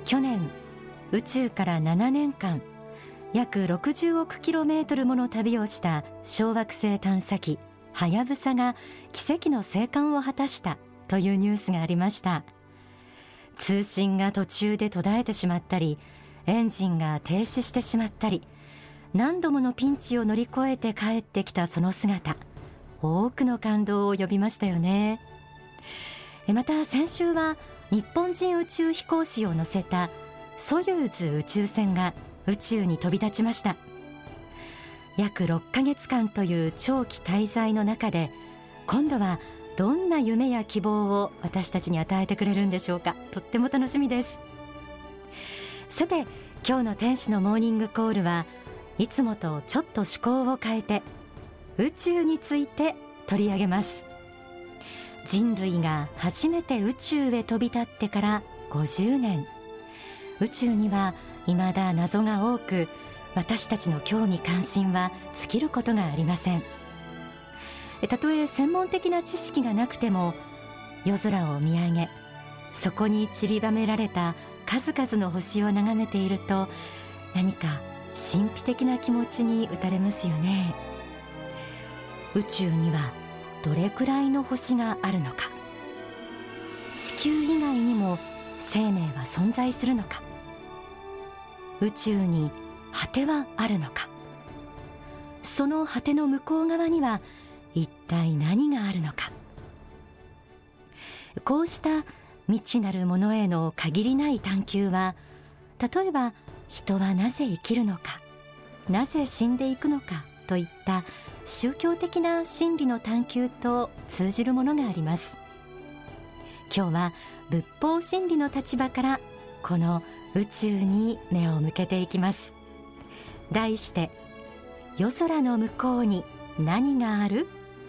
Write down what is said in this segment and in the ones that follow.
去年宇宙から7年間約60億キロメートルもの旅をした小惑星探査機はやぶさが奇跡の生還を果たしたというニュースがありました。通信が途中で途絶えてしまったり、エンジンが停止してしまったり、何度ものピンチを乗り越えて帰ってきたその姿、多くの感動を呼びましたよね。また先週は日本人宇宙飛行士を乗せたソユーズ宇宙船が宇宙に飛び立ちました。約6ヶ月間という長期滞在の中で、今度はどんな夢や希望を私たちに与えてくれるんでしょうか。とっても楽しみです。さて、今日の天使のモーニングコールはいつもとちょっと趣向を変えて宇宙について取り上げます。人類が初めて宇宙へ飛び立ってから50年、宇宙には未だ謎が多く、私たちの興味関心は尽きることがありません。たとえ専門的な知識がなくても、夜空を見上げ、そこに散りばめられた数々の星を眺めていると、何か神秘的な気持ちに打たれますよね。宇宙にはどれくらいの星があるのか、地球以外にも生命は存在するのか、宇宙に果てはあるのか、その果ての向こう側には一体何があるのか。こうした未知なるものへの限りない探求は、例えば人はなぜ生きるのか、なぜ死んでいくのかといった宗教的な真理の探求と通じるものがあります。今日は仏法真理の立場からこの宇宙に目を向けていきます。題して、夜空の向こうに何がある？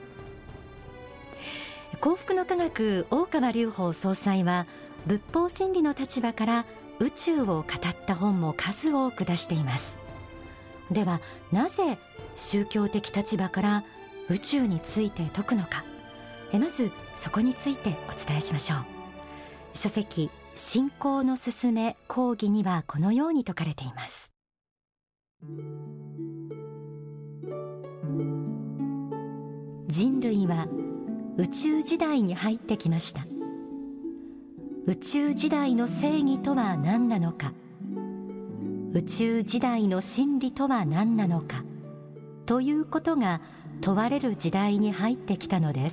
幸福の科学大川隆法総裁は、仏法真理の立場から宇宙を語った本も数多く出しています。では、なぜ宗教的立場から宇宙について説くのか。まずそこについてお伝えしましょう。書籍信仰のすすめ講義にはこのように説かれています。人類は宇宙時代に入ってきました。宇宙時代の正義とは何なのか、宇宙時代の真理とは何なのかということが問われる時代に入ってきたのです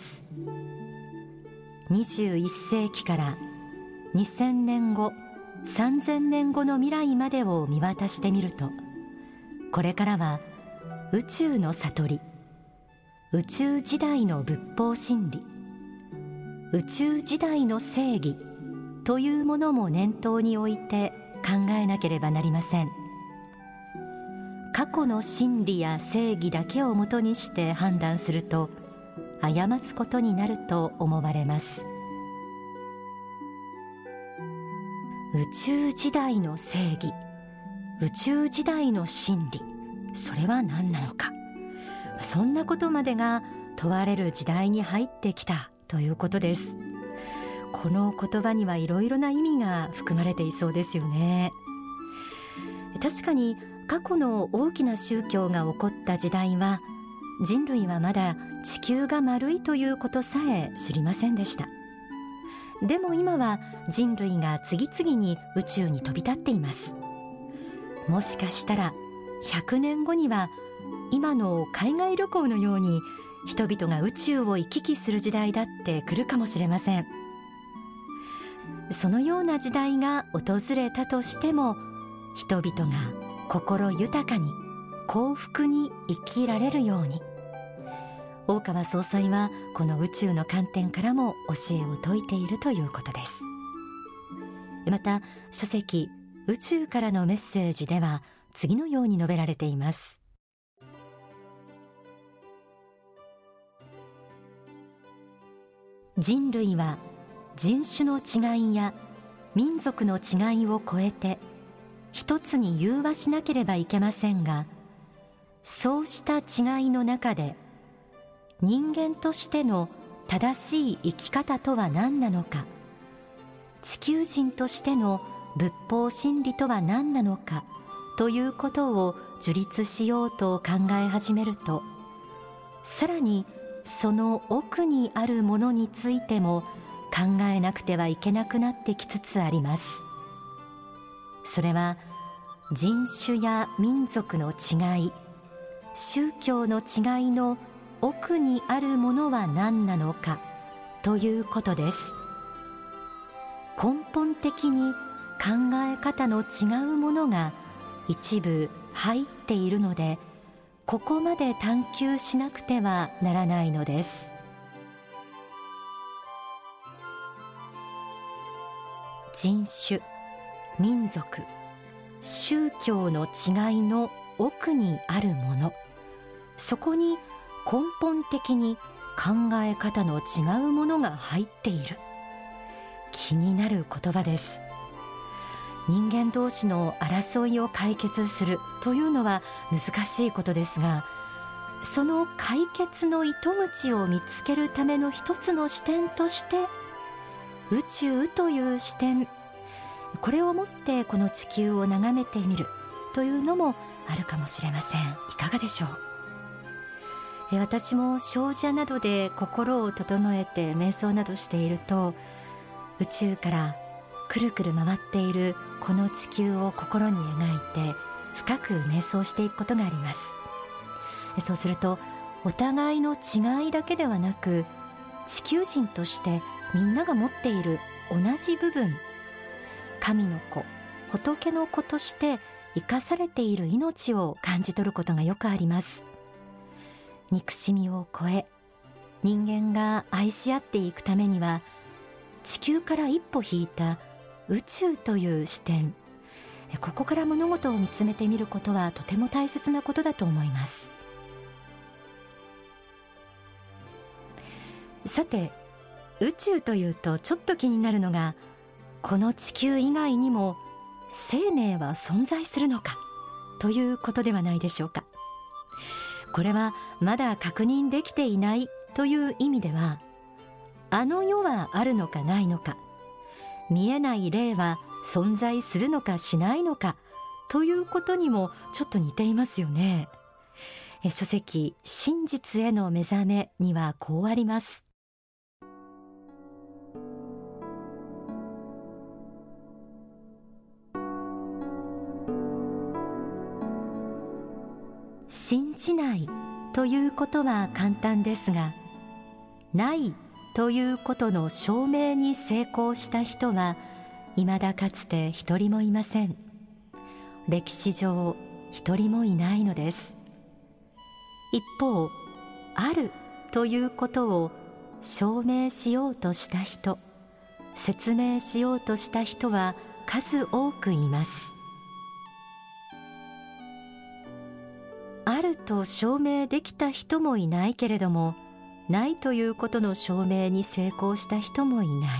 。21世紀から2000年後、3000年後の未来までを見渡してみると、これからは宇宙の悟り、宇宙時代の仏法真理、宇宙時代の正義というものも念頭に置いて考えなければなりません。過去の真理や正義だけをもとにして判断すると、過つことになると思われます。宇宙時代の正義、宇宙時代の真理、それは何なのか。そんなことまでが問われる時代に入ってきたということです。この言葉にはいろいろな意味が含まれていそうですよね。確かに過去の大きな宗教が起こった時代は、人類はまだ地球が丸いということさえ知りませんでした。でも今は人類が次々に宇宙に飛び立っています。もしかしたら100年後には今の海外旅行のように人々が宇宙を行き来する時代だって来るかもしれません。そのような時代が訪れたとしても、人々が心豊かに幸福に生きられるように、大川総裁はこの宇宙の観点からも教えを説いているということです。また書籍宇宙からのメッセージでは次のように述べられています。人類は人種の違いや民族の違いを超えて一つに融和しなければいけませんが、そうした違いの中で人間としての正しい生き方とは何なのか、地球人としての仏法真理とは何なのかということを樹立しようと考え始めると、さらにその奥にあるものについても考えなくてはいけなくなってきつつあります。それは人種や民族の違い、宗教の違いの奥にあるものは何なのかということです。根本的に考え方の違うものが一部入っているので、ここまで探求しなくてはならないのです。人種、民族、宗教の違いの奥にあるもの、そこに根本的に考え方の違うものが入っている。気になる言葉です。人間同士の争いを解決するというのは難しいことですが、その解決の糸口を見つけるための一つの視点として、宇宙という視点、これをもってこの地球を眺めてみるというのもあるかもしれません。いかがでしょう。私も精舎などで心を整えて瞑想などしていると、宇宙からくるくる回っているこの地球を心に描いて深く瞑想していくことがあります。そうすると、お互いの違いだけではなく、地球人としてみんなが持っている同じ部分、神の子、仏の子として生かされている命を感じ取ることがよくあります。憎しみを超え、人間が愛し合っていくためには、地球から一歩引いた宇宙という視点、ここから物事を見つめてみることはとても大切なことだと思います。さて、宇宙というとちょっと気になるのが、この地球以外にも生命は存在するのかということではないでしょうか。これはまだ確認できていないという意味では、あの世はあるのかないのか、見えない霊は存在するのかしないのかということにもちょっと似ていますよね。書籍真実への目覚めにはこうあります。信じないということは簡単ですが、ないということの証明に成功した人は未だかつて一人もいません。歴史上一人もいないのです。一方、あるということを証明しようとした人、説明しようとした人は数多くいます。あると証明できた人もいないけれども、ないということの証明に成功した人もいない。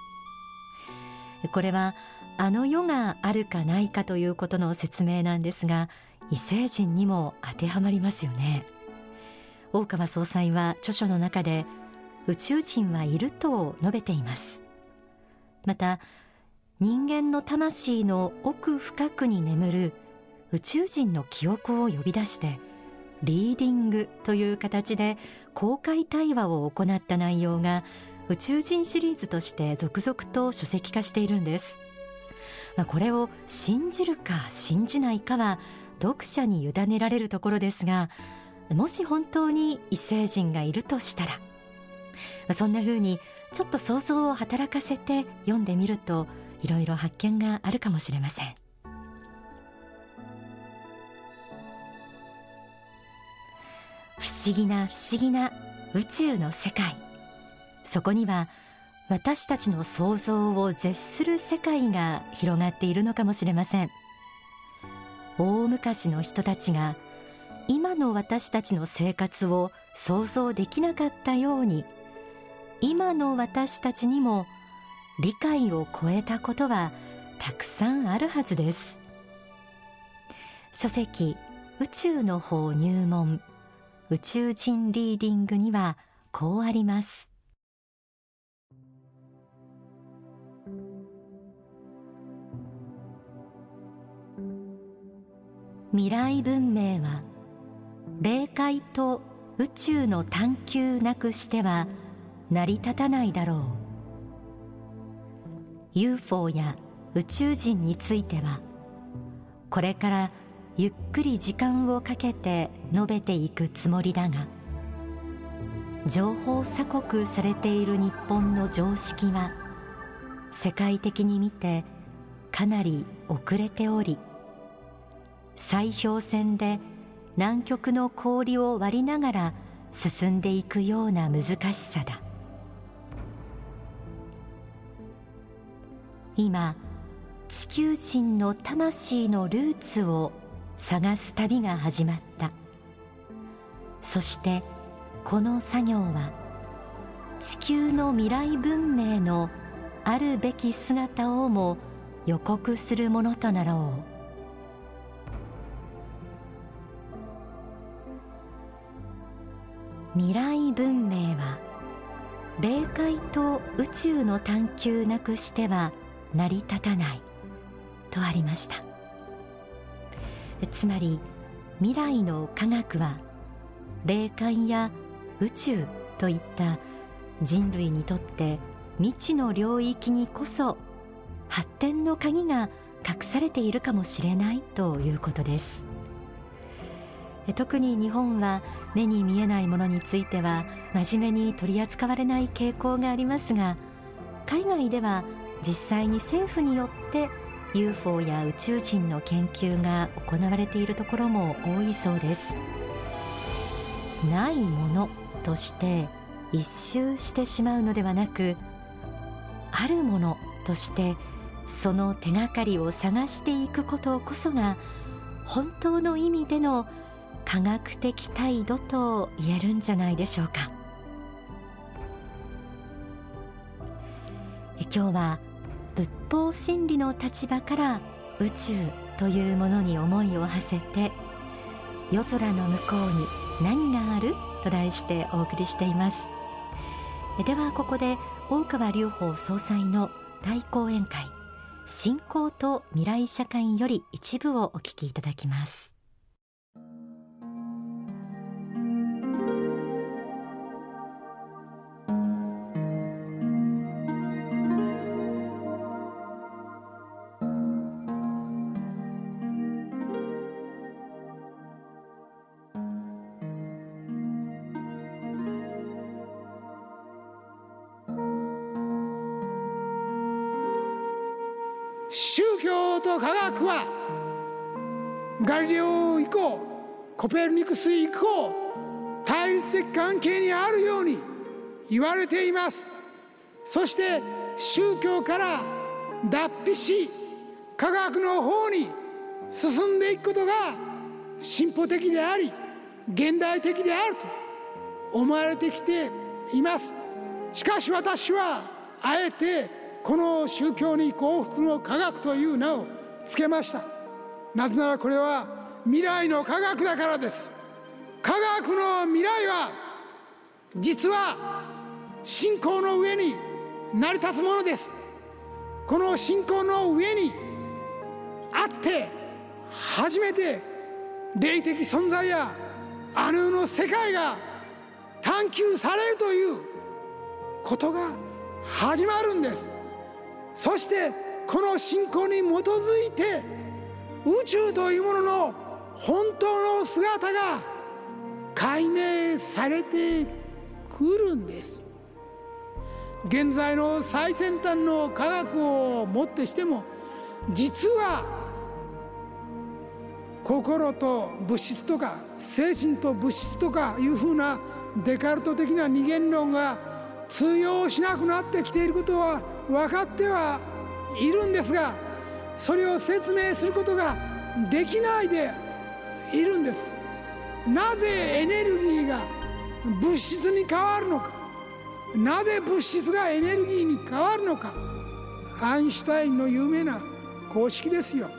これはあの世があるかないかということの説明なんですが、異星人にも当てはまりますよね。大川総裁は著書の中で、宇宙人はいると述べています。また、人間の魂の奥深くに眠る宇宙人の記憶を呼び出して、リーディングという形で公開対話を行った内容が宇宙人シリーズとして続々と書籍化しているんです。これを信じるか信じないかは読者に委ねられるところですが、もし本当に異星人がいるとしたら、そんな風にちょっと想像を働かせて読んでみると、いろいろ発見があるかもしれません。不思議な不思議な宇宙の世界、そこには私たちの想像を絶する世界が広がっているのかもしれません。大昔の人たちが今の私たちの生活を想像できなかったように、今の私たちにも理解を超えたことはたくさんあるはずです。書籍宇宙の法入門、宇宙人リーディングにはこうあります。 未来文明は霊界と宇宙の探求なくしては成り立たないだろう。 UFO や宇宙人についてはこれからゆっくり時間をかけて述べていくつもりだが、情報鎖国されている日本の常識は世界的に見てかなり遅れており、砕氷船で南極の氷を割りながら進んでいくような難しさだ。今、地球人の魂のルーツを探す旅が始まった。そしてこの作業は地球の未来文明のあるべき姿をも予告するものとなろう。未来文明は霊界と宇宙の探求なくしては成り立たないとありました。つまり未来の科学は霊界や宇宙といった人類にとって未知の領域にこそ発展の鍵が隠されているかもしれないということです。特に日本は目に見えないものについては真面目に取り扱われない傾向がありますが、海外では実際に政府によって UFO や宇宙人の研究が行われているところも多いそうです。ないものとして一周してしまうのではなく、あるものとしてその手がかりを探していくことこそが本当の意味での科学的態度と言えるんじゃないでしょうか。今日は仏法真理の立場から宇宙というものに思いを馳せて、夜空の向こうに何があると題してお送りしています。ではここで大川隆法総裁の大講演会信仰と未来社会より一部をお聞きいただきます。 宗教と科学はガリレオ以降、コペルニクス以降、対立的関係にあるように言われています。そして宗教から脱皮し科学の方に進んでいくことが進歩的であり現代的であると思われてきています。しかし私はあえてこの宗教に幸福の科学という名を付けました。なぜならこれは未来の科学だからです。科学の未来は実は信仰の上に成り立つものです。この信仰の上にあって初めて霊的存在やあの世の世界が探求されるということが始まるんです。そしてこの信仰に基づいて宇宙というものの本当の姿が解明されてくるんです。現在の最先端の科学をもってしても実は心と物質とか精神と物質とかいうふうなデカルト的な二元論が通用しなくなってきていることは分かってはいるんですが、それを説明することができないでいるんです。なぜエネルギーが物質に変わるのか、なぜ物質がエネルギーに変わるのか、アインシュタインの有名な公式ですよ。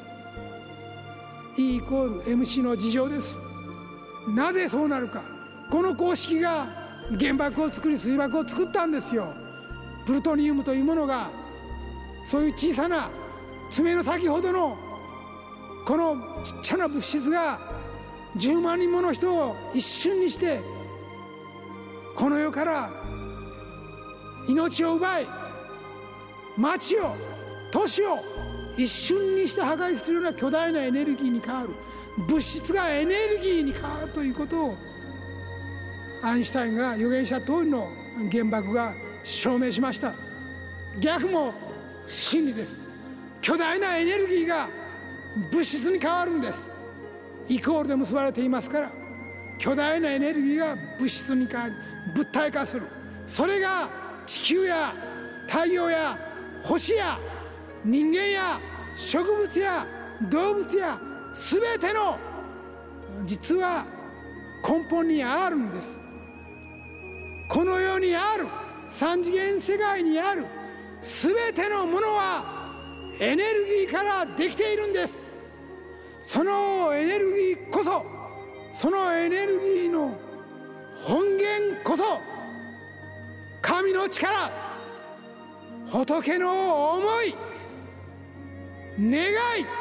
E=mc の事情です。なぜそうなるか、この公式が原爆を作り水爆を作ったんですよ。プルトニウムというものがそういう小さな爪の先ほどのこのちっちゃな物質が10万人もの人を一瞬にしてこの世から命を奪い、町を都市を一瞬にして破壊するような巨大なエネルギーに変わる、物質がエネルギーに変わるということをアインシュタインが予言した通りの原爆が証明しました。逆も真理です。巨大なエネルギーが物質に変わるんです。イコールで結ばれていますから、巨大なエネルギーが物質に変わり物体化する。それが地球や太陽や星や人間や植物や動物や全ての実は根本にあるんです。この世にある三次元世界にある全てのものはエネルギーからできているんです。そのエネルギーこそ、そのエネルギーの本源こそ神の力、仏の思い、願い、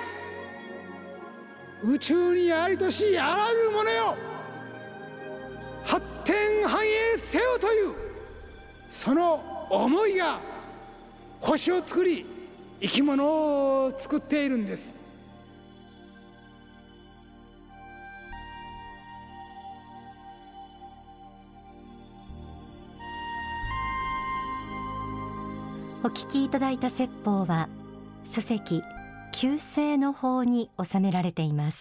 宇宙にありとしあらゆるものよ、発展繁栄せよというその思いが星を作り生き物を作っているんです。 お聞きいただいた説法は書籍九世の法に収められています。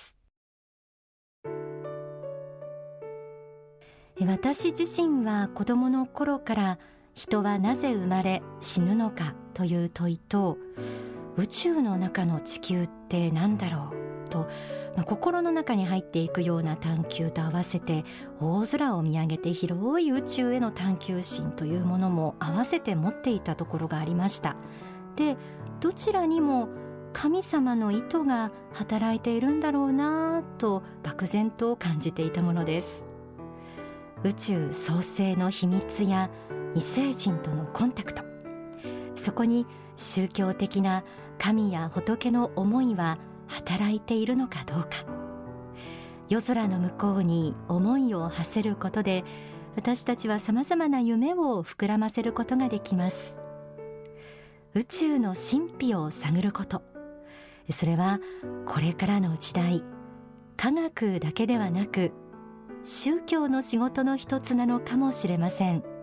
私自身は子どもの頃から人はなぜ生まれ死ぬのかという問いと、宇宙の中の地球って何だろうと、心の中に入っていくような探求と合わせて大空を見上げて広い宇宙への探求心というものも合わせて持っていたところがありました。で、どちらにも神様の意図が働いているんだろうなと漠然と感じていたものです。宇宙創生の秘密や異星人とのコンタクト、そこに宗教的な神や仏の思いは働いているのかどうか。夜空の向こうに思いを馳せることで、私たちはさまざまな夢を膨らませることができます。宇宙の神秘を探ること、それはこれからの時代、科学だけではなく宗教の仕事の一つなのかもしれません。